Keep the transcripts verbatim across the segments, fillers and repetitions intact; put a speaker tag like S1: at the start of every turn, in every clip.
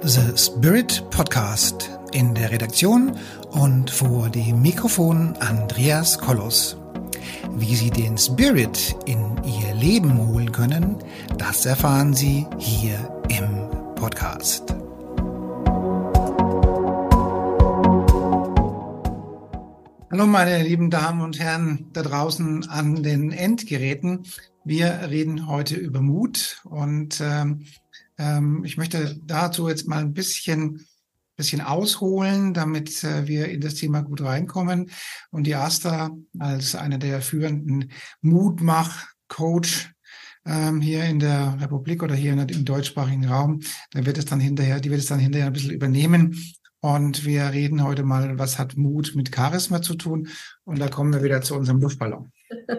S1: The Spirit Podcast. In der Redaktion und vor dem Mikrofon Andreas Kollos. Wie Sie den Spirit in Ihr Leben holen können, das erfahren Sie hier im Podcast. Hallo meine lieben Damen und Herren da draußen an den Endgeräten. Wir reden heute über Mut und ähm, ähm, ich möchte dazu jetzt mal ein bisschen bisschen ausholen, damit äh, wir in das Thema gut reinkommen. Und die Asta als eine der führenden Mutmach-Coach ähm, hier in der Republik oder hier in, im deutschsprachigen Raum, dann wird es dann hinterher, die wird es dann hinterher ein bisschen übernehmen. Und wir reden heute mal, was hat Mut mit Charisma zu tun? Und da kommen wir wieder zu unserem Luftballon.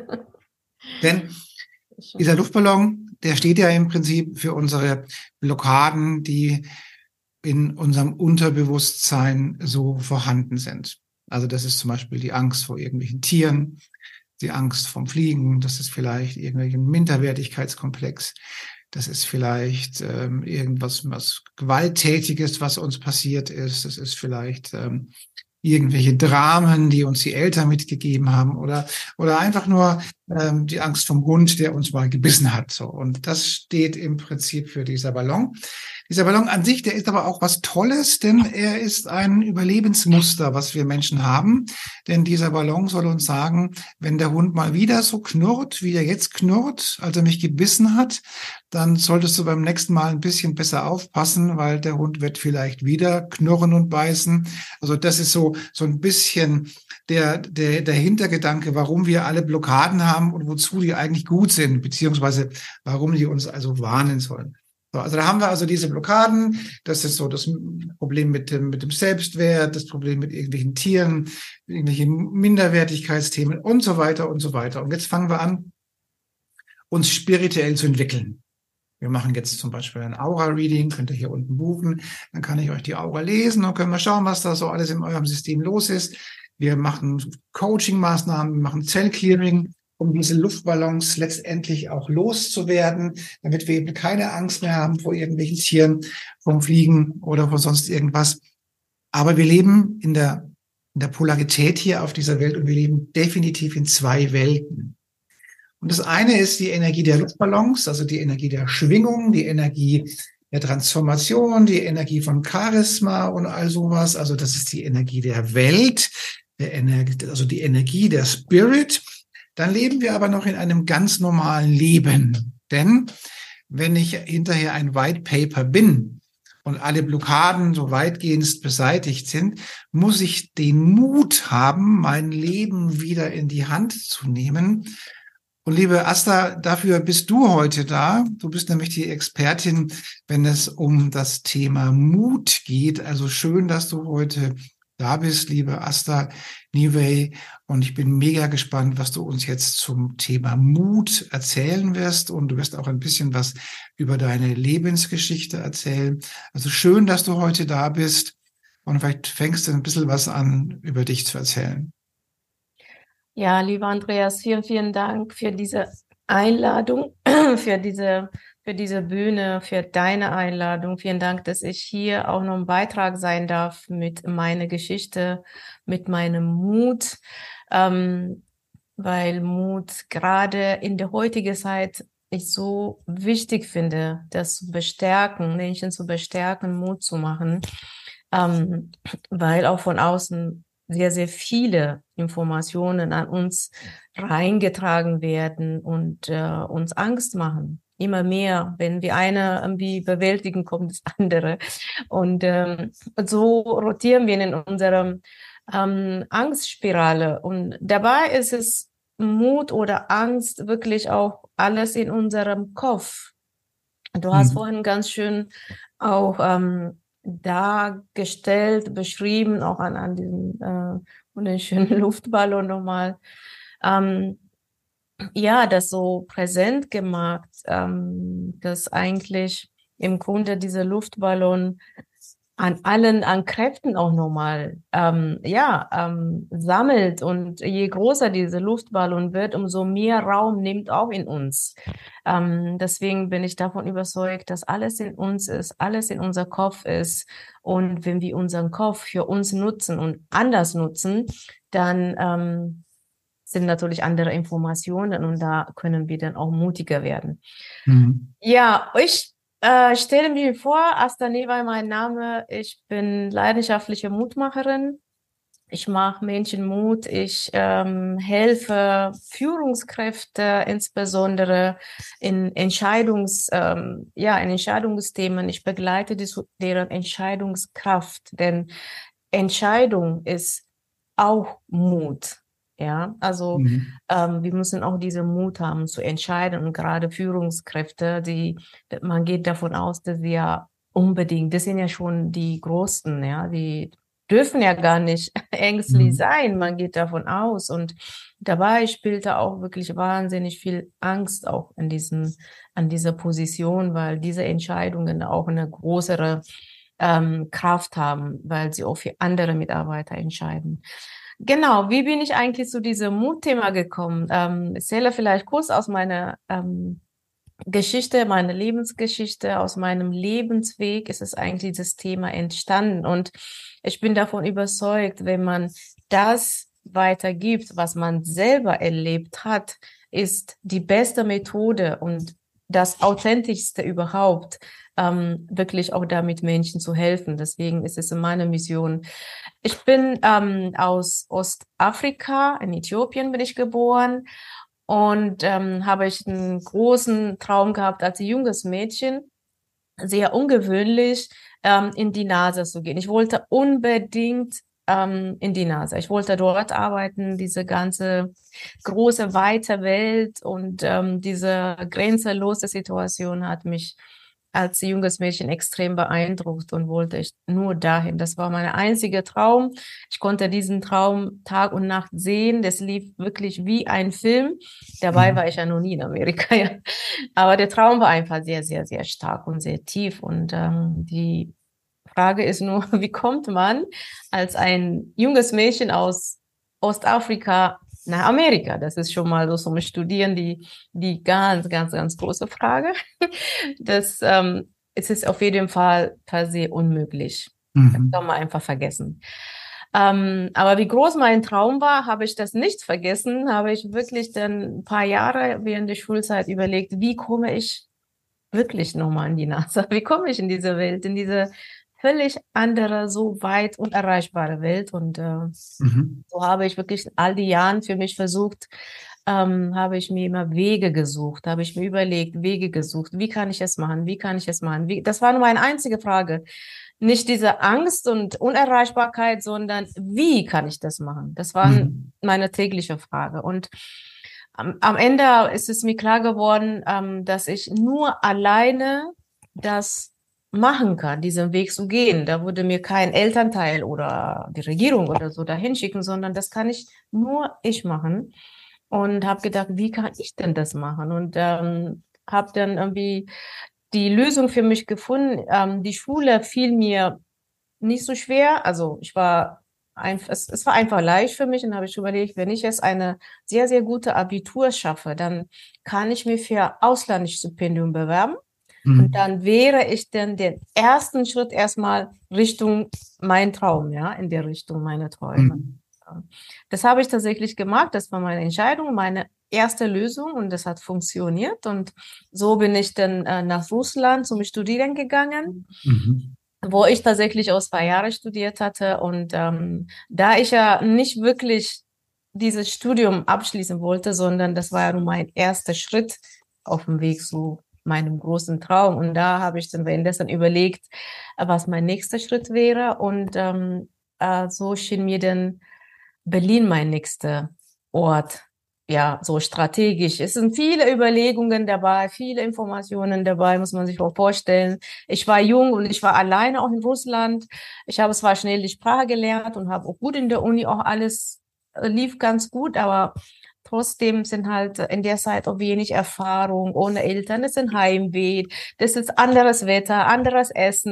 S1: Denn dieser Luftballon, der steht ja im Prinzip für unsere Blockaden, die in unserem Unterbewusstsein so vorhanden sind. Also das ist zum Beispiel die Angst vor irgendwelchen Tieren, die Angst vom Fliegen, das ist vielleicht irgendwelchen Minderwertigkeitskomplex, das ist vielleicht ähm, irgendwas was Gewalttätiges, was uns passiert ist, das ist vielleicht ähm, irgendwelche Dramen, die uns die Eltern mitgegeben haben oder oder einfach nur ähm, die Angst vom Hund, der uns mal gebissen hat. So, und das steht im Prinzip für dieser Ballon. Dieser Ballon an sich, der ist aber auch was Tolles, denn er ist ein Überlebensmuster, was wir Menschen haben. Denn dieser Ballon soll uns sagen, wenn der Hund mal wieder so knurrt, wie er jetzt knurrt, als er mich gebissen hat, dann solltest du beim nächsten Mal ein bisschen besser aufpassen, weil der Hund wird vielleicht wieder knurren und beißen. Also das ist so so ein bisschen der der der Hintergedanke, warum wir alle Blockaden haben und wozu die eigentlich gut sind, beziehungsweise warum die uns also warnen sollen. So, also da haben wir also diese Blockaden. Das ist so das Problem mit dem, mit dem Selbstwert, das Problem mit irgendwelchen Tieren, irgendwelchen Minderwertigkeitsthemen und so weiter und so weiter. Und jetzt fangen wir an, uns spirituell zu entwickeln. Wir machen jetzt zum Beispiel ein Aura-Reading, könnt ihr hier unten buchen. Dann kann ich euch die Aura lesen und können wir schauen, was da so alles in eurem System los ist. Wir machen Coaching-Maßnahmen, wir machen Zell-Clearing, um diese Luftballons letztendlich auch loszuwerden, damit wir eben keine Angst mehr haben vor irgendwelchen Tieren, vom Fliegen oder vor sonst irgendwas. Aber wir leben in der, in der Polarität hier auf dieser Welt und wir leben definitiv in zwei Welten. Und das eine ist die Energie der Luftballons, also die Energie der Schwingung, die Energie der Transformation, die Energie von Charisma und all sowas. Also das ist die Energie der Welt, der Energie, also die Energie der Spirit. Dann leben wir aber noch in einem ganz normalen Leben. Denn wenn ich hinterher ein White Paper bin und alle Blockaden so weitgehend beseitigt sind, muss ich den Mut haben, mein Leben wieder in die Hand zu nehmen. Und liebe Asta, dafür bist du heute da. Du bist nämlich die Expertin, wenn es um das Thema Mut geht. Also schön, dass du heute da bist, liebe Asta Nivey. Und ich bin mega gespannt, was du uns jetzt zum Thema Mut erzählen wirst. Und du wirst auch ein bisschen was über deine Lebensgeschichte erzählen. Also schön, dass du heute da bist. Und vielleicht fängst du ein bisschen was an, über dich zu erzählen.
S2: Ja, lieber Andreas, vielen, vielen Dank für diese Einladung, für diese, für diese Bühne, für deine Einladung. Vielen Dank, dass ich hier auch noch ein Beitrag sein darf mit meiner Geschichte, mit meinem Mut, ähm, weil Mut gerade in der heutigen Zeit ich so wichtig finde, das zu bestärken, Menschen zu bestärken, Mut zu machen, ähm, weil auch von außen sehr, sehr viele Informationen an uns reingetragen werden und äh, uns Angst machen. Immer mehr, wenn wir eine irgendwie bewältigen, kommt das andere. Und ähm, so rotieren wir in unserer ähm, Angstspirale. Und dabei ist es Mut oder Angst wirklich auch alles in unserem Kopf. Du hast
S1: Mhm.
S2: vorhin ganz schön auch ähm, dargestellt, beschrieben, auch an, an diesem äh, wunderschönen Luftballon nochmal, ähm, ja, das so präsent gemacht, ähm, dass eigentlich im Grunde dieser Luftballon an allen, an Kräften auch nochmal, ähm, ja, ähm, sammelt. Und je größer diese Luftballon wird, umso mehr Raum nimmt auch in uns. Ähm, deswegen bin ich davon überzeugt, dass alles in uns ist, alles in unser Kopf ist. Und wenn wir unseren Kopf für uns nutzen und anders nutzen, dann ähm, sind natürlich andere Informationen und da können wir dann auch mutiger werden.
S1: Mhm.
S2: Ja, ich äh, stelle mir vor, Asta Neva mein Name. Ich bin leidenschaftliche Mutmacherin. Ich mache Menschen Mut. Ich ähm, helfe Führungskräfte insbesondere in Entscheidungs, ähm, ja, in Entscheidungsthemen. Ich begleite die, deren Entscheidungskraft, denn Entscheidung ist auch Mut. Ja, also
S1: Mhm.
S2: ähm, wir müssen auch diesen Mut haben zu entscheiden und gerade Führungskräfte, die, man geht davon aus, dass sie ja unbedingt, das sind ja schon die Großen, ja, die dürfen ja gar nicht ängstlich
S1: Mhm.
S2: sein, man geht davon aus und dabei spielte auch wirklich wahnsinnig viel Angst auch in diesem, an dieser Position, weil diese Entscheidungen auch eine größere ähm, Kraft haben, weil sie auch für andere Mitarbeiter entscheiden. Genau, wie bin ich eigentlich zu diesem Mutthema gekommen? Ähm, ich erzähle vielleicht kurz aus meiner ähm, Geschichte, meine Lebensgeschichte, aus meinem Lebensweg ist es eigentlich dieses Thema entstanden. Und ich bin davon überzeugt, wenn man das weitergibt, was man selber erlebt hat, ist die beste Methode und das Authentischste überhaupt, ähm, wirklich auch damit Menschen zu helfen. Deswegen ist es meine Mission. Ich bin ähm, aus Ostafrika, in Äthiopien bin ich geboren und ähm, habe ich einen großen Traum gehabt als junges Mädchen, sehr ungewöhnlich, ähm, in die NASA zu gehen. Ich wollte unbedingt ähm, in die NASA. Ich wollte dort arbeiten, diese ganze große, weite Welt und ähm, diese grenzenlose Situation hat mich als junges Mädchen extrem beeindruckt und wollte ich nur dahin. Das war mein einziger Traum. Ich konnte diesen Traum Tag und Nacht sehen. Das lief wirklich wie ein Film. Dabei war
S1: Mhm.
S2: ich ja noch nie in Amerika. Ja. Aber der Traum war einfach sehr, sehr, sehr stark und sehr tief. Und ähm, die Frage ist nur, wie kommt man als ein junges Mädchen aus Ostafrika nach Amerika? Das ist schon mal so zum Studieren die, die ganz, ganz, ganz große Frage. Das ähm, es ist auf jeden Fall per se unmöglich. Das kann
S1: Mhm.
S2: man einfach vergessen. Ähm, aber wie groß mein Traum war, habe ich das nicht vergessen, habe ich wirklich dann ein paar Jahre während der Schulzeit überlegt, wie komme ich wirklich nochmal in die NASA? Wie komme ich in diese Welt, in diese völlig andere, so weit unerreichbare Welt? Und äh,
S1: Mhm.
S2: so habe ich wirklich all die Jahren für mich versucht, ähm, habe ich mir immer Wege gesucht, habe ich mir überlegt, Wege gesucht. Wie kann ich es machen? Wie kann ich es machen? Wie, das war nur meine einzige Frage. Nicht diese Angst und Unerreichbarkeit, sondern wie kann ich das machen? Das war
S1: Mhm.
S2: meine tägliche Frage. Und am, am Ende ist es mir klar geworden, ähm, dass ich nur alleine das machen kann, diesen Weg zu gehen. Da würde mir kein Elternteil oder die Regierung oder so dahin schicken, sondern das kann ich nur ich machen. Und habe gedacht, wie kann ich denn das machen? Und ähm, habe dann irgendwie die Lösung für mich gefunden. Ähm, die Schule fiel mir nicht so schwer. Also ich war einfach, es, es war einfach leicht für mich und habe ich überlegt, wenn ich jetzt eine sehr, sehr gute Abitur schaffe, dann kann ich mich für Auslandsstipendium bewerben. Und
S1: Mhm.
S2: dann wäre ich dann den ersten Schritt erstmal Richtung mein Traum, ja, in der Richtung meiner Träume.
S1: Mhm.
S2: Das habe ich tatsächlich gemacht. Das war meine Entscheidung, meine erste Lösung und das hat funktioniert. Und so bin ich dann äh, nach Russland zum Studieren gegangen,
S1: Mhm.
S2: wo ich tatsächlich auch zwei Jahre studiert hatte. Und ähm, da ich ja nicht wirklich dieses Studium abschließen wollte, sondern das war ja nur mein erster Schritt auf dem Weg zu meinem großen Traum. Und da habe ich dann währenddessen überlegt, äh, was mein nächster Schritt wäre. Und ähm, äh, so schien mir dann Berlin mein nächster Ort. Ja, so strategisch. Es sind viele Überlegungen dabei, viele Informationen dabei, muss man sich auch vorstellen. Ich war jung und ich war alleine auch in Russland. Ich habe zwar schnell die Sprache gelernt und habe auch gut in der Uni auch alles äh, lief ganz gut, aber trotzdem sind halt in der Zeit auch wenig Erfahrung ohne Eltern. Es sind Heimweh, das ist anderes Wetter, anderes Essen.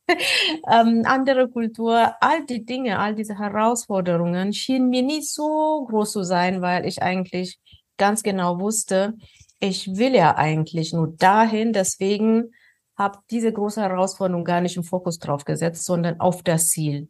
S2: ähm, andere Kultur, all die Dinge, all diese Herausforderungen schienen mir nicht so groß zu sein, weil ich eigentlich ganz genau wusste, ich will ja eigentlich nur dahin, deswegen habe diese große Herausforderung gar nicht im Fokus drauf gesetzt, sondern auf das Ziel.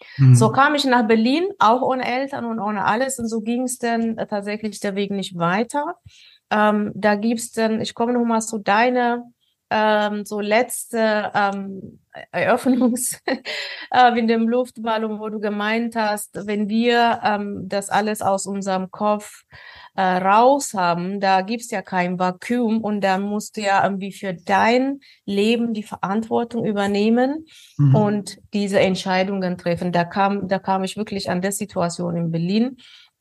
S2: So
S1: Mhm.
S2: kam ich nach Berlin, auch ohne Eltern und ohne alles. Und so ging es dann äh, tatsächlich der Weg nicht weiter. Ähm, da gibt's dann, ich komme nochmal zu deiner ähm, so letzte ähm, Eröffnungs äh, in dem Luftballon, wo du gemeint hast, wenn wir ähm, das alles aus unserem Kopf äh, raus haben, da gibt's ja kein Vakuum und da musst du ja irgendwie für dein Leben die Verantwortung übernehmen
S1: Mhm.
S2: und diese Entscheidungen treffen. Da kam, da kam ich wirklich an der Situation in Berlin,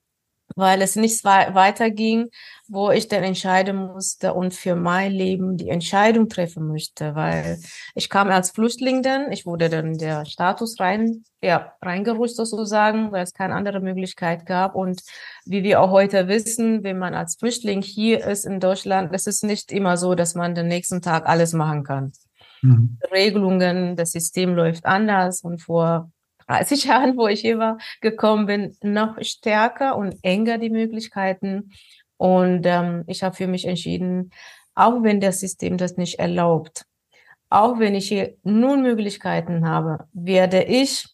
S2: weil es nicht weiterging, wo ich dann entscheiden musste und für mein Leben die Entscheidung treffen möchte, weil ich kam als Flüchtling dann, ich wurde dann in der Status rein, ja, reingerutscht sozusagen, weil es keine andere Möglichkeit gab. Und wie wir auch heute wissen, wenn man als Flüchtling hier ist in Deutschland, es ist nicht immer so, dass man den nächsten Tag alles machen kann.
S1: Mhm.
S2: Regelungen, das System läuft anders und vor dreißig Jahren, wo ich hier war, gekommen bin, noch stärker und enger die Möglichkeiten. Und ähm, ich habe für mich entschieden, auch wenn das System das nicht erlaubt, auch wenn ich hier nun Möglichkeiten habe, werde ich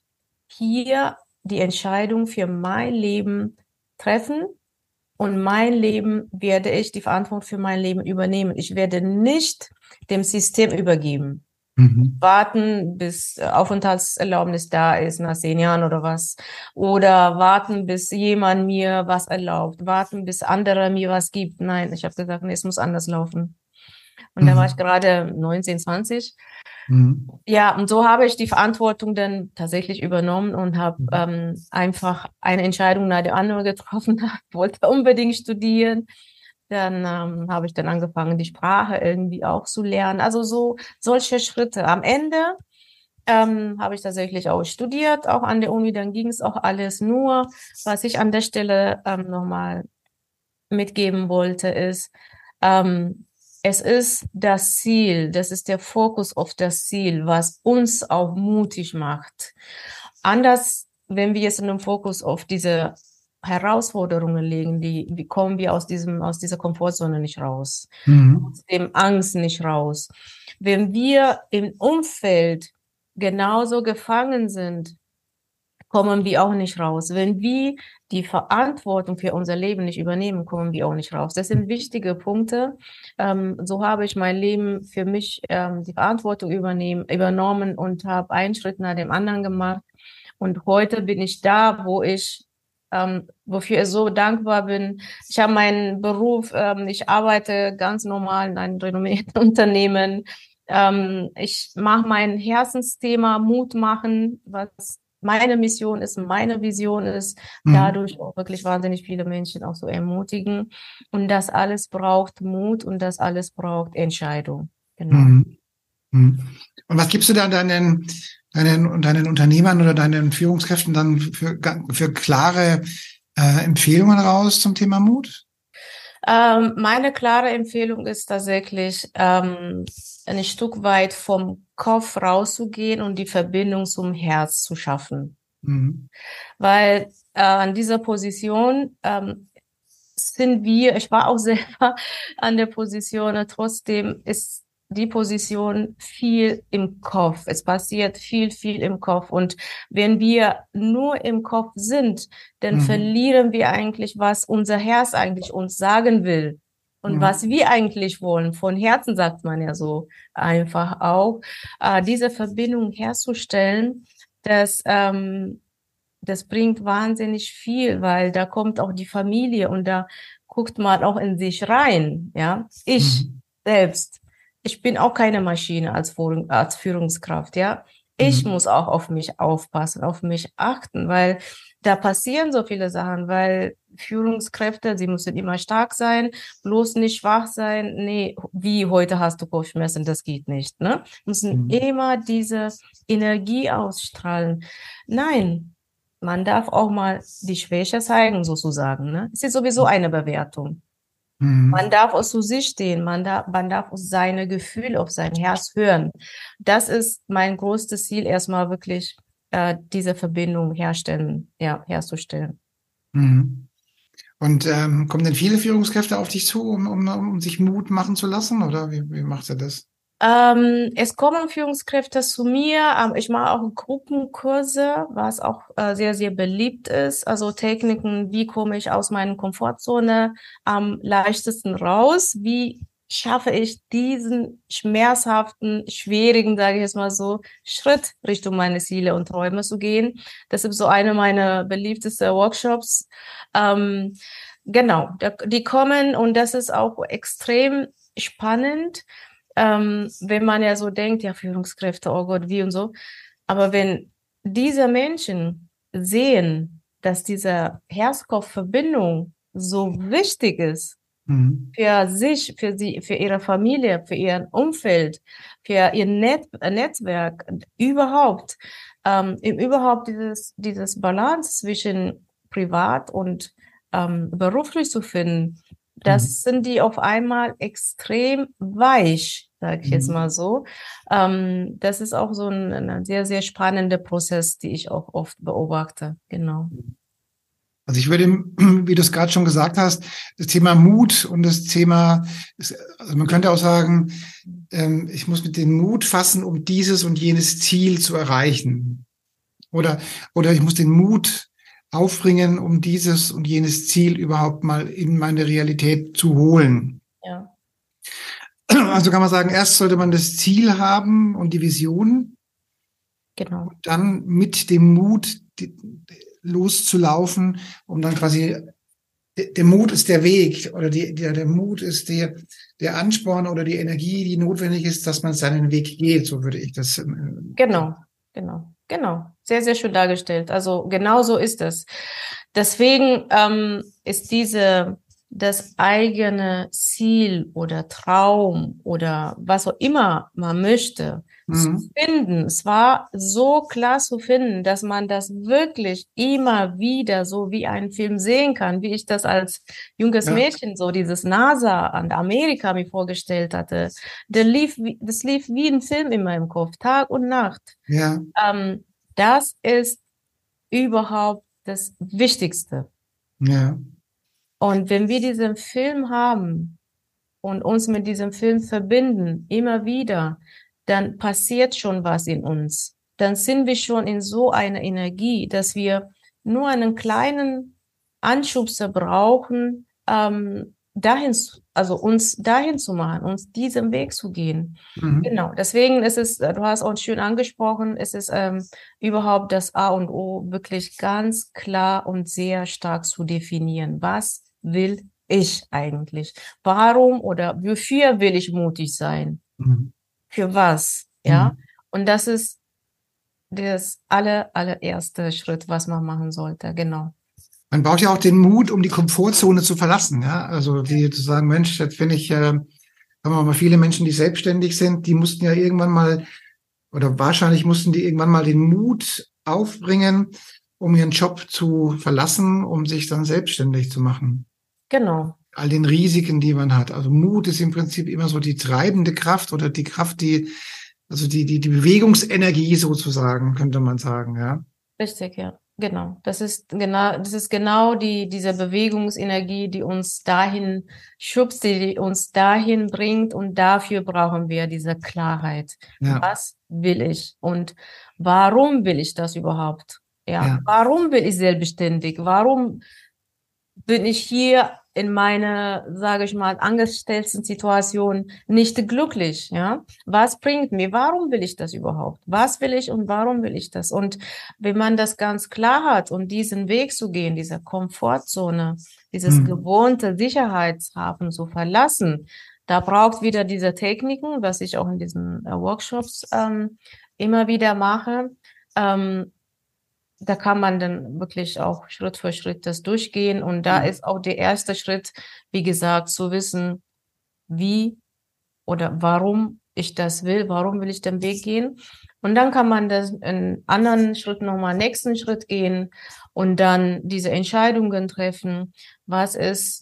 S2: hier die Entscheidung für mein Leben treffen und mein Leben werde ich die Verantwortung für mein Leben übernehmen. Ich werde nicht dem System übergeben
S1: Mhm.
S2: warten, bis äh, Aufenthaltserlaubnis da ist, nach zehn Jahren oder was. Oder warten, bis jemand mir was erlaubt. Warten, bis andere mir was gibt. Nein, ich habe gesagt, nee, es muss anders laufen. Und da war ich
S1: Mhm.
S2: gerade neunzehn, zwanzig.
S1: Mhm.
S2: Ja, und so habe ich die Verantwortung dann tatsächlich übernommen und habe
S1: Mhm.
S2: ähm, einfach eine Entscheidung nach der anderen getroffen. Ich wollte unbedingt studieren. Dann ähm, habe ich dann angefangen, die Sprache irgendwie auch zu lernen. Also so solche Schritte. Am Ende ähm, habe ich tatsächlich auch studiert, auch an der Uni. Dann ging es auch alles. Nur, was ich an der Stelle ähm, nochmal mitgeben wollte, ist, ähm, es ist das Ziel, das ist der Fokus auf das Ziel, was uns auch mutig macht. Anders, wenn wir jetzt in den Fokus auf diese Herausforderungen legen, die, wie kommen wir aus diesem, aus dieser Komfortzone nicht raus,
S1: Mhm.
S2: aus dem Angst nicht raus. Wenn wir im Umfeld genauso gefangen sind, kommen wir auch nicht raus. Wenn wir die Verantwortung für unser Leben nicht übernehmen, kommen wir auch nicht raus. Das sind wichtige Punkte. Ähm, so habe ich mein Leben für mich ähm, die Verantwortung übernehmen, übernommen und habe einen Schritt nach dem anderen gemacht. Und heute bin ich da, wo ich ähm, wofür ich so dankbar bin. Ich habe meinen Beruf, ähm, ich arbeite ganz normal in einem renommierten Unternehmen. Ähm, ich mache mein Herzensthema Mut machen, was meine Mission ist, meine Vision ist,
S1: Mhm.
S2: dadurch auch wirklich wahnsinnig viele Menschen auch so ermutigen. Und das alles braucht Mut und das alles braucht Entscheidung. Genau.
S1: Mhm. Mhm. Und was gibst du da deinen, deinen, deinen Unternehmern oder deinen Führungskräften dann für, für klare äh, Empfehlungen raus zum Thema Mut?
S2: Ähm, meine klare Empfehlung ist tatsächlich, ähm, ein Stück weit vom Kopf rauszugehen und die Verbindung zum Herz zu schaffen.
S1: Mhm.
S2: Weil äh, an dieser Position ähm, sind wir, ich war auch selber an der Position, und trotzdem ist die Position viel im Kopf. Es passiert viel, viel im Kopf. Und wenn wir nur im Kopf sind, dann
S1: Mhm.
S2: verlieren wir eigentlich, was unser Herz eigentlich uns sagen will. Und was
S1: Mhm.
S2: wir eigentlich wollen, von Herzen sagt man ja so einfach auch, äh, diese Verbindung herzustellen, dass ähm, das bringt wahnsinnig viel, weil da kommt auch die Familie und da guckt man auch in sich rein, ja. Ich
S1: Mhm.
S2: selbst, ich bin auch keine Maschine als, Führung, als Führungskraft, ja. Ich
S1: Mhm.
S2: muss auch auf mich aufpassen, auf mich achten, weil da passieren so viele Sachen, weil Führungskräfte, sie müssen immer stark sein, bloß nicht schwach sein. Nee, wie heute hast du Kopfschmerzen, das geht nicht, ne? Müssen
S1: Mhm.
S2: immer diese Energie ausstrahlen. Nein, man darf auch mal die Schwäche zeigen, sozusagen, ne? Es ist sowieso eine Bewertung. Man darf auch zu sich stehen, man darf, man darf auf seine Gefühle, auf sein Herz hören. Das ist mein größtes Ziel, erstmal wirklich äh, diese Verbindung herstellen, ja, herzustellen.
S1: Mhm. Und ähm, kommen denn viele Führungskräfte auf dich zu, um, um, um sich Mut machen zu lassen? Oder wie, wie macht ihr das?
S2: Ähm, es kommen Führungskräfte zu mir. Ähm, ich mache auch Gruppenkurse, was auch äh, sehr, sehr beliebt ist. Also Techniken, wie komme ich aus meiner Komfortzone am leichtesten raus? Wie schaffe ich diesen schmerzhaften, schwierigen, sage ich jetzt mal so, Schritt Richtung meine Ziele und Träume zu gehen? Das ist so eine meiner beliebtesten Workshops. Ähm, genau, da, die kommen und das ist auch extrem spannend, ähm, wenn man ja so denkt, ja, Führungskräfte, oh Gott, wie und so. Aber wenn diese Menschen sehen, dass diese Herz-Kopf-Verbindung so wichtig ist
S1: Mhm.
S2: für sich, für sie, für ihre Familie, für ihr Umfeld, für ihr Net äh, Netzwerk, überhaupt, ähm, im überhaupt dieses, dieses Balance zwischen privat und ähm, beruflich zu finden,
S1: Mhm.
S2: das sind die auf einmal extrem weich, sage ich jetzt
S1: Mhm.
S2: mal so. Ähm, das ist auch so ein, ein sehr, sehr spannender Prozess, die ich auch oft beobachte. Genau.
S1: Also ich würde, wie du es gerade schon gesagt hast, das Thema Mut und das Thema, also man könnte auch sagen, ähm, ich muss mit den Mut fassen, um dieses und jenes Ziel zu erreichen. Oder, oder ich muss den Mut aufbringen, um dieses und jenes Ziel überhaupt mal in meine Realität zu holen.
S2: Ja,
S1: Also kann man sagen, erst sollte man das Ziel haben und die Vision
S2: genau.
S1: und dann mit dem Mut die, loszulaufen, um dann quasi, der Mut ist der Weg oder die, der, der Mut ist der, der Ansporn oder die Energie, die notwendig ist, dass man seinen Weg geht. So würde ich das. Ähm,
S2: Genau, genau, genau. Sehr, sehr schön dargestellt. Also genau so ist es. Deswegen ähm, ist diese, das eigene Ziel oder Traum oder was auch immer man möchte, zu
S1: mhm.
S2: finden. Es war so klar zu finden, dass man das wirklich immer wieder so wie einen Film sehen kann, wie ich das als junges
S1: Ja,
S2: Mädchen so dieses NASA an Amerika mir vorgestellt hatte. Der lief, wie- das lief wie ein Film in meinem Kopf, Tag und Nacht.
S1: ja,
S2: Ähm, das ist überhaupt das Wichtigste.
S1: ja.
S2: Und wenn wir diesen Film haben und uns mit diesem Film verbinden, immer wieder, dann passiert schon was in uns. Dann sind wir schon in so einer Energie, dass wir nur einen kleinen Anschubser brauchen, ähm, dahin, zu- also uns dahin zu machen, uns diesen Weg zu gehen.
S1: Mhm.
S2: Genau, deswegen ist es, äh, du hast auch schön angesprochen, es ist ähm, überhaupt das A und O, wirklich ganz klar und sehr stark zu definieren. Was will ich eigentlich? Warum oder wofür will ich mutig sein?
S1: Mhm.
S2: Für was? Ja?
S1: Mhm.
S2: Und das ist das aller, allererste Schritt, was man machen sollte. Genau.
S1: Man braucht ja auch den Mut, um die Komfortzone zu verlassen. Ja, also wie zu sagen, Mensch, jetzt bin ich, äh, sagen wir mal, viele Menschen, die selbstständig sind, die mussten ja irgendwann mal oder wahrscheinlich mussten die irgendwann mal den Mut aufbringen, um ihren Job zu verlassen, um sich dann selbstständig zu machen.
S2: Genau.
S1: All den Risiken, die man hat. Also Mut ist im Prinzip immer so die treibende Kraft oder die Kraft, die, also die, die, die Bewegungsenergie sozusagen, könnte man sagen, ja.
S2: Richtig, ja. Genau. Das ist genau, das ist genau die, diese Bewegungsenergie, die uns dahin schubst, die uns dahin bringt. Und dafür brauchen wir diese Klarheit.
S1: Ja,
S2: Was will ich? Und warum will ich das überhaupt? Ja.
S1: ja.
S2: Warum will ich selbstständig? Warum bin ich hier in meiner, sage ich mal, angestellten Situation nicht glücklich, ja? Was bringt mir? Warum will ich das überhaupt? Was will ich und warum will ich das? Und wenn man das ganz klar hat und diesen Weg zu gehen, diese Komfortzone, dieses
S1: Hm.
S2: gewohnte Sicherheitshafen zu verlassen, da braucht wieder diese Techniken, was ich auch in diesen äh, Workshops ähm, immer wieder mache. Ähm, Da kann man dann wirklich auch Schritt für Schritt das durchgehen. Und da ist auch der erste Schritt, wie gesagt, zu wissen, wie oder warum ich das will, warum will ich den Weg gehen. Und dann kann man das in anderen Schritt nochmal nächsten Schritt gehen und dann diese Entscheidungen treffen. Was ist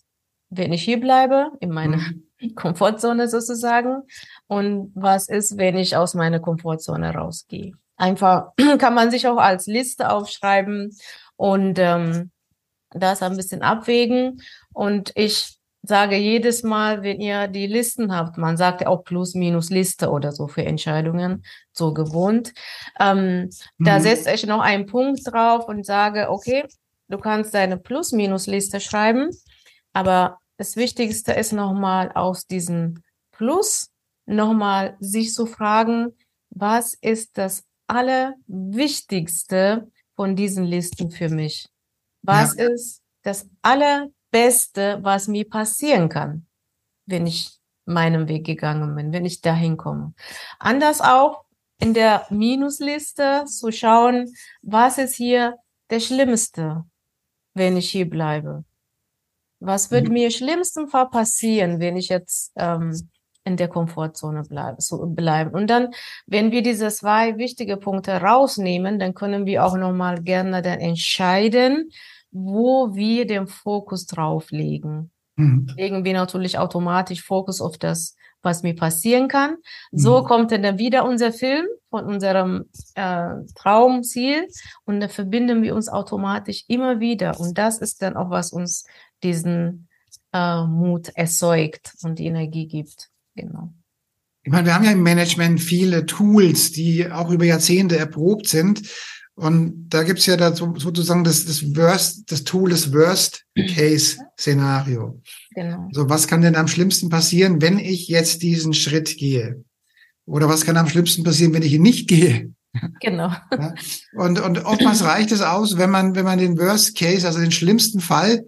S2: wenn ich hier bleibe, in meiner
S1: Mhm.
S2: Komfortzone sozusagen, und was ist, wenn ich aus meiner Komfortzone rausgehe. Einfach kann man sich auch als Liste aufschreiben und ähm, das ein bisschen abwägen. Und ich sage jedes Mal, wenn ihr die Listen habt, man sagt ja auch Plus-Minus-Liste oder so für Entscheidungen, so gewohnt, ähm, da
S1: Mhm.
S2: setze ich noch einen Punkt drauf und sage, okay, du kannst deine Plus-Minus-Liste schreiben, aber das Wichtigste ist nochmal aus diesem Plus nochmal sich zu fragen, was ist das Allerwichtigste von diesen Listen für mich?
S1: Ja.
S2: Was ist das Allerbeste, was mir passieren kann, wenn ich meinen Weg gegangen bin, wenn ich dahin komme? Anders auch in der Minusliste zu schauen, was ist hier der Schlimmste, wenn ich hier bleibe? Was wird mir schlimmsten Fall passieren, wenn ich jetzt ähm, in der Komfortzone bleibe, so bleiben? Und dann, wenn wir diese zwei wichtige Punkte rausnehmen, dann können wir auch nochmal gerne dann entscheiden, wo wir den Fokus drauf legen.
S1: Mhm.
S2: Legen wir natürlich automatisch Fokus auf das, was mir passieren kann. So
S1: Mhm.
S2: kommt dann wieder unser Film von unserem äh, Traumziel und da verbinden wir uns automatisch immer wieder. Und das ist dann auch, was uns diesen äh, Mut erzeugt und die Energie gibt. Genau.
S1: Ich meine, wir haben ja im Management viele Tools, die auch über Jahrzehnte erprobt sind. Und da gibt's ja da so, sozusagen das, das Worst, das Tool des Worst-Case-Szenario.
S2: Genau.
S1: Also was kann denn am schlimmsten passieren, wenn ich jetzt diesen Schritt gehe? Oder was kann am schlimmsten passieren, wenn ich ihn nicht gehe?
S2: Genau.
S1: Ja? Und, und oftmals reicht es aus, wenn man, wenn man den Worst Case, also den schlimmsten Fall,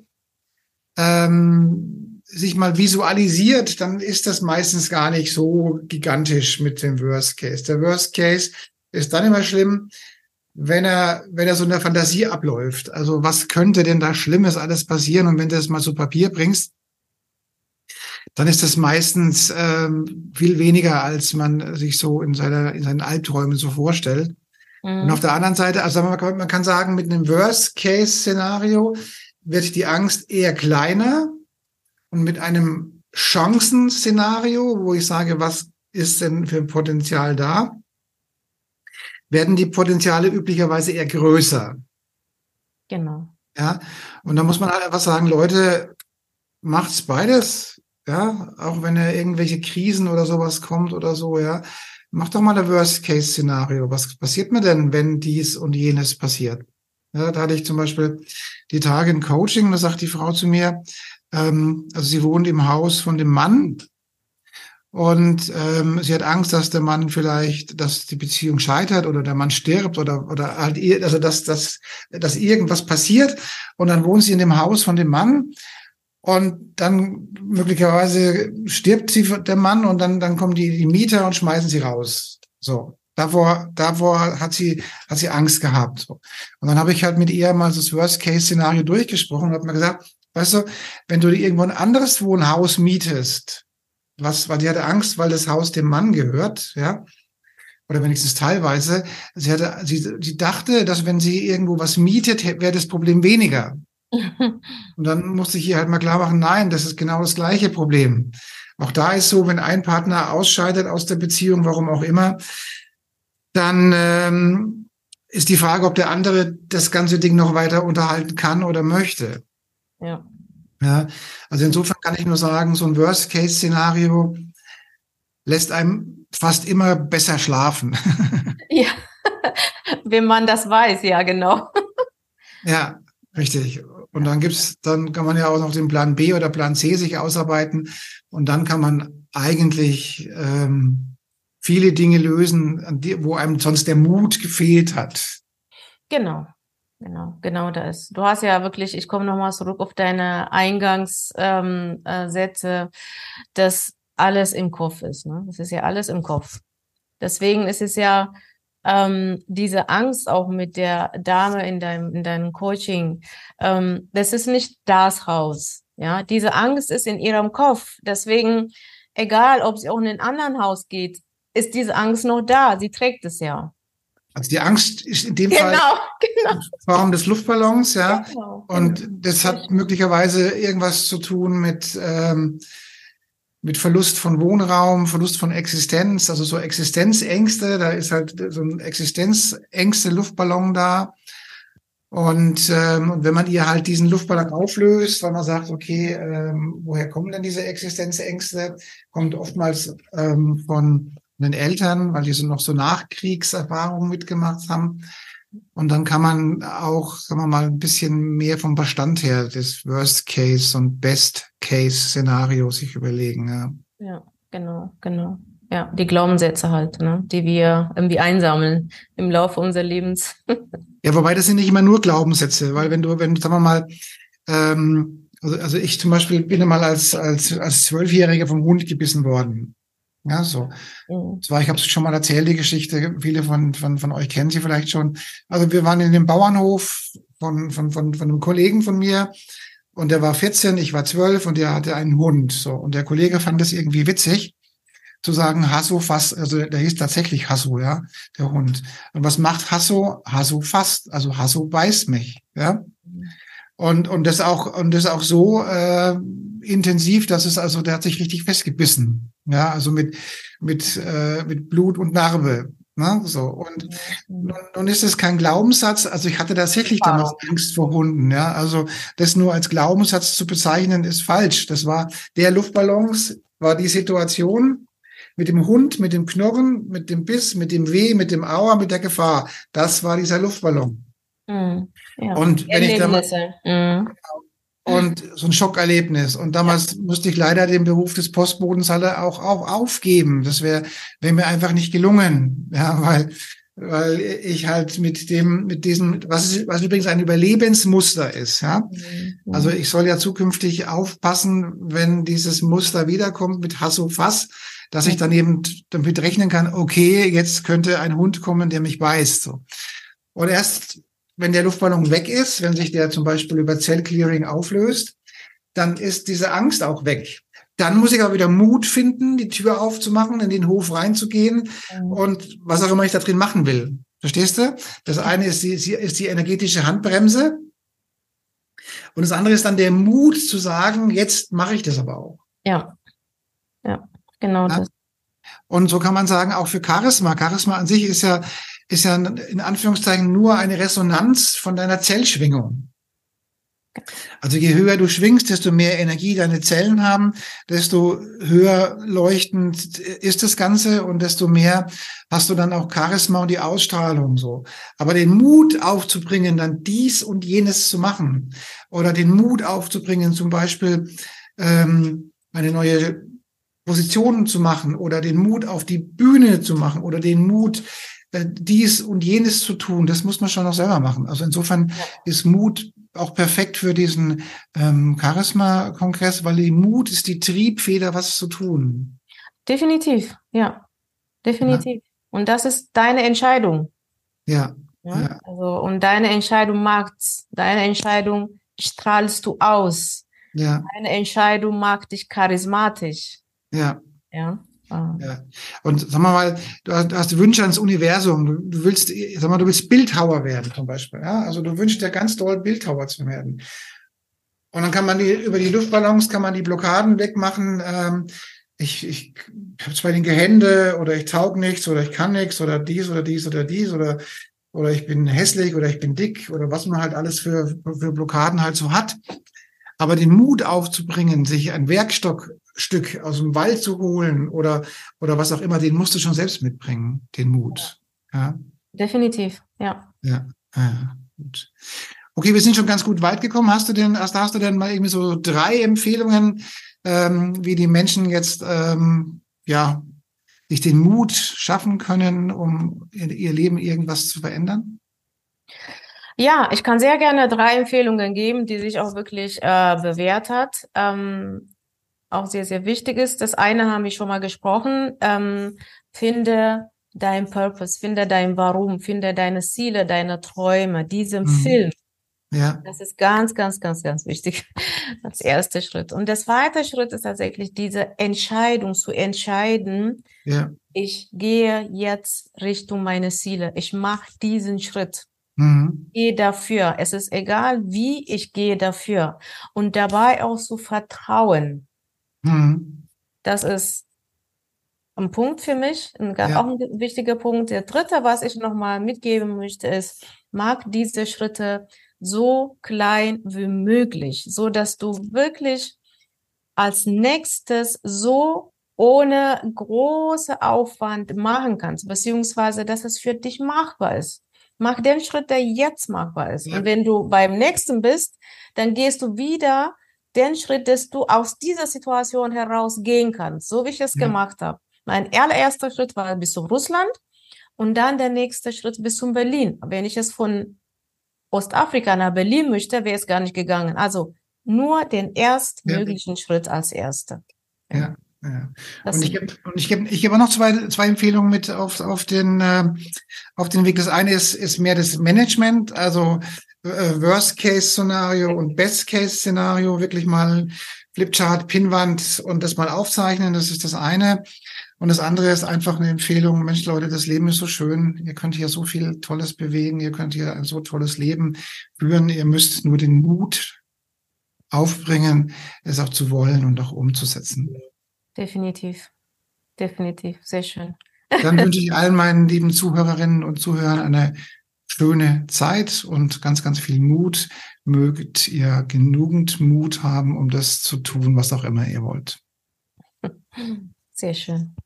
S1: ähm, sich mal visualisiert, dann ist das meistens gar nicht so gigantisch mit dem Worst Case. Der Worst Case ist dann immer schlimm, wenn er, wenn er so in der Fantasie abläuft. Also was könnte denn da Schlimmes alles passieren? Und wenn du das mal zu Papier bringst, dann ist das meistens ähm, viel weniger, als man sich so in seiner, in seinen Albträumen so vorstellt. Und auf
S2: Mhm.
S1: der anderen Seite, also man kann, man kann sagen, mit einem Worst-Case-Szenario wird die Angst eher kleiner und mit einem Chancenszenario, wo ich sage, was ist denn für ein Potenzial da, werden die Potenziale üblicherweise eher größer.
S2: Genau.
S1: Ja, und da muss man halt einfach sagen, Leute, macht's beides. Ja, auch wenn er irgendwelche Krisen oder sowas kommt oder so, ja. Mach doch mal ein Worst-Case-Szenario. Was passiert mir denn, wenn dies und jenes passiert? Ja, da hatte ich zum Beispiel die Tage im Coaching, da sagt die Frau zu mir, ähm, also sie wohnt im Haus von dem Mann und ähm, sie hat Angst, dass der Mann vielleicht, dass die Beziehung scheitert oder der Mann stirbt oder oder halt, ihr- also dass dass dass irgendwas passiert und dann wohnt sie in dem Haus von dem Mann. Und dann möglicherweise stirbt sie, der Mann, und dann, dann kommen die, die Mieter und schmeißen sie raus. So. Davor, davor hat sie, hat sie Angst gehabt. So. Und dann habe ich halt mit ihr mal das Worst-Case-Szenario durchgesprochen und habe mir gesagt, weißt du, wenn du dir irgendwo ein anderes Wohnhaus mietest, was, weil die hatte Angst, weil das Haus dem Mann gehört, ja, oder wenigstens teilweise. Sie hatte, sie, sie dachte, dass wenn sie irgendwo was mietet, wäre das Problem weniger. Und dann musste ich ihr halt mal klar machen, nein, das ist genau das gleiche Problem. Auch da ist so, wenn ein Partner ausscheidet aus der Beziehung, warum auch immer, dann ähm, ist die Frage, ob der andere das ganze Ding noch weiter unterhalten kann oder möchte.
S2: Ja.
S1: Ja, also insofern kann ich nur sagen, so ein Worst-Case-Szenario lässt einem fast immer besser schlafen.
S2: Ja. Wenn man das weiß, ja, genau.
S1: Ja, richtig. Und
S2: Ja.
S1: dann gibt's, dann kann man ja auch noch den Plan B oder Plan C sich ausarbeiten. Und dann kann man eigentlich ähm, viele Dinge lösen, an die, wo einem sonst der Mut gefehlt hat.
S2: Genau. Genau, genau das. Du hast ja wirklich, ich komme nochmal zurück auf deine Eingangssätze, ähm, äh, Sätze, dass alles im Kopf ist, ne? Das ist ja alles im Kopf. Deswegen ist es ja ähm, diese Angst auch mit der Dame in deinem, in deinem Coaching, ähm, das ist nicht das Haus, ja? Diese Angst ist in ihrem Kopf. Deswegen, egal, ob sie auch in ein anderen Haus geht, ist diese Angst noch da. Sie trägt es ja.
S1: Also die Angst ist in dem
S2: Genau,
S1: Fall
S2: genau.
S1: Form des Luftballons, ja.
S2: Genau,
S1: Und
S2: genau.
S1: das hat möglicherweise irgendwas zu tun mit, ähm, mit Verlust von Wohnraum, Verlust von Existenz, also so Existenzängste. Da ist halt so ein Existenzängste Luftballon da. Und, ähm, und wenn man ihr halt diesen Luftballon auflöst, weil man sagt, okay, ähm, woher kommen denn diese Existenzängste? Kommt oftmals ähm, von den Eltern, weil die so noch so Nachkriegserfahrungen mitgemacht haben. Und dann kann man auch, sagen wir mal, ein bisschen mehr vom Verstand her das Worst-Case- und Best-Case-Szenario sich überlegen. Ja.
S2: Ja, genau, genau. Ja, die Glaubenssätze halt, ne, die wir irgendwie einsammeln im Laufe unseres Lebens.
S1: Ja, wobei das sind nicht immer nur Glaubenssätze, weil wenn du, wenn, sagen wir mal, ähm, also, also ich zum Beispiel bin mal als als als Zwölfjähriger vom Hund gebissen worden. Ja, so.
S2: Mhm.
S1: Zwar, ich habe es schon mal erzählt, die Geschichte. Viele von von von euch kennen sie vielleicht schon. Also wir waren in dem Bauernhof von von von von einem Kollegen von mir und der war vierzehn, ich war zwölf und der hatte einen Hund. So und der Kollege fand das irgendwie witzig zu sagen, Hasso fasst, also der hieß tatsächlich Hasso, ja, der Hund. Und was macht Hasso? Hasso fasst, also Hasso beißt mich, ja. Und, und das auch, und das auch so äh, intensiv, dass es also, der hat sich richtig festgebissen. Ja, also mit, mit, äh, mit Blut und Narbe. Ne? So. Und nun, nun ist es kein Glaubenssatz. Also ich hatte tatsächlich damals
S2: Erfahrung.
S1: Angst vor Hunden. Ja, also das nur als Glaubenssatz zu bezeichnen, ist falsch. Das war der Luftballons, war die Situation mit dem Hund, mit dem Knurren, mit dem Biss, mit dem Weh, mit dem Aua, mit der Gefahr. Das war dieser Luftballon.
S2: Mhm. Ja,
S1: Und wenn ich damals
S2: Erlebnisse. Mhm.
S1: und so ein Schockerlebnis. Und damals musste ich leider den Beruf des Postbotensaler auch, auch aufgeben. Das wäre wäre mir einfach nicht gelungen, ja, weil weil ich halt mit dem mit diesem was ist, was übrigens ein Überlebensmuster ist, ja.
S2: Mhm.
S1: Also ich soll ja zukünftig aufpassen, wenn dieses Muster wiederkommt mit Hass und Fass, dass ich dann eben damit rechnen kann, okay, jetzt könnte ein Hund kommen, der mich beißt. So. Und erst wenn der Luftballon weg ist, wenn sich der zum Beispiel über Zellclearing auflöst, dann ist diese Angst auch weg. Dann muss ich aber wieder Mut finden, die Tür aufzumachen, in den Hof reinzugehen
S2: Mhm.
S1: und was auch immer ich da drin machen will. Verstehst du? Das eine ist die, ist die energetische Handbremse und das andere ist dann der Mut zu sagen, jetzt mache ich das aber auch.
S2: Ja, ja, genau
S1: Ja?
S2: das.
S1: Und so kann man sagen, auch für Charisma. Charisma an sich ist ja, ist ja in Anführungszeichen nur eine Resonanz von deiner Zellschwingung. Also je höher du schwingst, desto mehr Energie deine Zellen haben, desto höher leuchtend ist das Ganze und desto mehr hast du dann auch Charisma und die Ausstrahlung so. Aber den Mut aufzubringen, dann dies und jenes zu machen oder den Mut aufzubringen, zum Beispiel ähm, eine neue Position zu machen oder den Mut auf die Bühne zu machen oder den Mut, äh, dies und jenes zu tun, das muss man schon noch selber machen. Also insofern
S2: Ja.
S1: ist Mut auch perfekt für diesen ähm, Charisma-Kongress, weil die Mut ist die Triebfeder, was zu tun.
S2: Definitiv, ja, definitiv. Und das ist deine Entscheidung.
S1: Ja,
S2: Ja?
S1: ja,
S2: Also, und deine Entscheidung macht's. Deine Entscheidung strahlst du aus.
S1: ja,
S2: Deine Entscheidung macht dich charismatisch.
S1: ja,
S2: Ja. Ah.
S1: ja. Und sag mal, mal du hast, du hast Wünsche ans Universum. Du, du willst, sag mal, du willst Bildhauer werden zum Beispiel. Ja? Also du wünschst dir ganz doll Bildhauer zu werden. Und dann kann man die über die Luftballons kann man die Blockaden wegmachen. Ähm, ich ich habe zwei linke Hände oder ich taug nichts oder ich kann nichts oder dies oder dies oder dies oder oder ich bin hässlich oder ich bin dick oder was man halt alles für für Blockaden halt so hat. Aber den Mut aufzubringen, sich ein Werkstockstück aus dem Wald zu holen oder oder was auch immer, den musst du schon selbst mitbringen, den Mut. Ja,
S2: Definitiv, ja.
S1: ja, ja, gut. Okay, wir sind schon ganz gut weit gekommen. Hast du denn, hast, hast du denn mal irgendwie so drei Empfehlungen, ähm, wie die Menschen jetzt ähm, ja sich den Mut schaffen können, um in ihr Leben irgendwas zu verändern?
S2: Ja, ich kann sehr gerne drei Empfehlungen geben, die sich auch wirklich äh, bewährt hat. Ähm, auch sehr, sehr wichtig ist. Das eine haben wir schon mal gesprochen. Ähm, finde dein Purpose, finde dein Warum, finde deine Ziele, deine Träume, diesen
S1: Mhm.
S2: Film.
S1: Ja,
S2: Das ist ganz, ganz, ganz, ganz wichtig als erster Schritt. Und der zweite Schritt ist tatsächlich diese Entscheidung zu entscheiden,
S1: ja.
S2: ich gehe jetzt Richtung meine Ziele. Ich mache diesen Schritt.
S1: Mhm.
S2: Gehe dafür. Es ist egal, wie ich gehe dafür. Und dabei auch zu vertrauen.
S1: Mhm.
S2: Das ist ein Punkt für mich, ein, ga- auch
S1: Ja,
S2: ein wichtiger Punkt. Der dritte, was ich nochmal mitgeben möchte, ist, mach diese Schritte so klein wie möglich, so dass du wirklich als nächstes so ohne große Aufwand machen kannst, beziehungsweise dass es für dich machbar ist. Mach den Schritt, der jetzt machbar ist. Und
S1: ja,
S2: wenn du beim nächsten bist, dann gehst du wieder den Schritt, dass du aus dieser Situation herausgehen kannst, so wie ich es
S1: ja,
S2: gemacht habe. Mein allererster Schritt war bis zum Russland und dann der nächste Schritt bis zum Berlin. Wenn ich es von Ostafrika nach Berlin möchte, wäre es gar nicht gegangen. Also nur den
S1: ja.
S2: erstmöglichen Schritt als Erster. Ja,
S1: Ja, ja. Und
S2: das,
S1: ich gebe und ich gebe ich gebe auch noch zwei zwei Empfehlungen mit auf auf den äh, auf den Weg. Das eine ist ist mehr das Management, also äh, Worst Case Szenario und Best Case Szenario, wirklich mal Flipchart, Pinnwand und das mal aufzeichnen. Das ist das eine. Und das andere ist einfach eine Empfehlung. Mensch, Leute, das Leben ist so schön. Ihr könnt hier so viel Tolles bewegen. Ihr könnt hier ein so tolles Leben führen. Ihr müsst nur den Mut aufbringen, es auch zu wollen und auch umzusetzen.
S2: definitiv, definitiv, sehr schön.
S1: Dann wünsche ich allen meinen lieben Zuhörerinnen und Zuhörern eine schöne Zeit und ganz, ganz viel Mut. Möget ihr genügend Mut haben, um das zu tun, was auch immer ihr wollt.
S2: Sehr schön.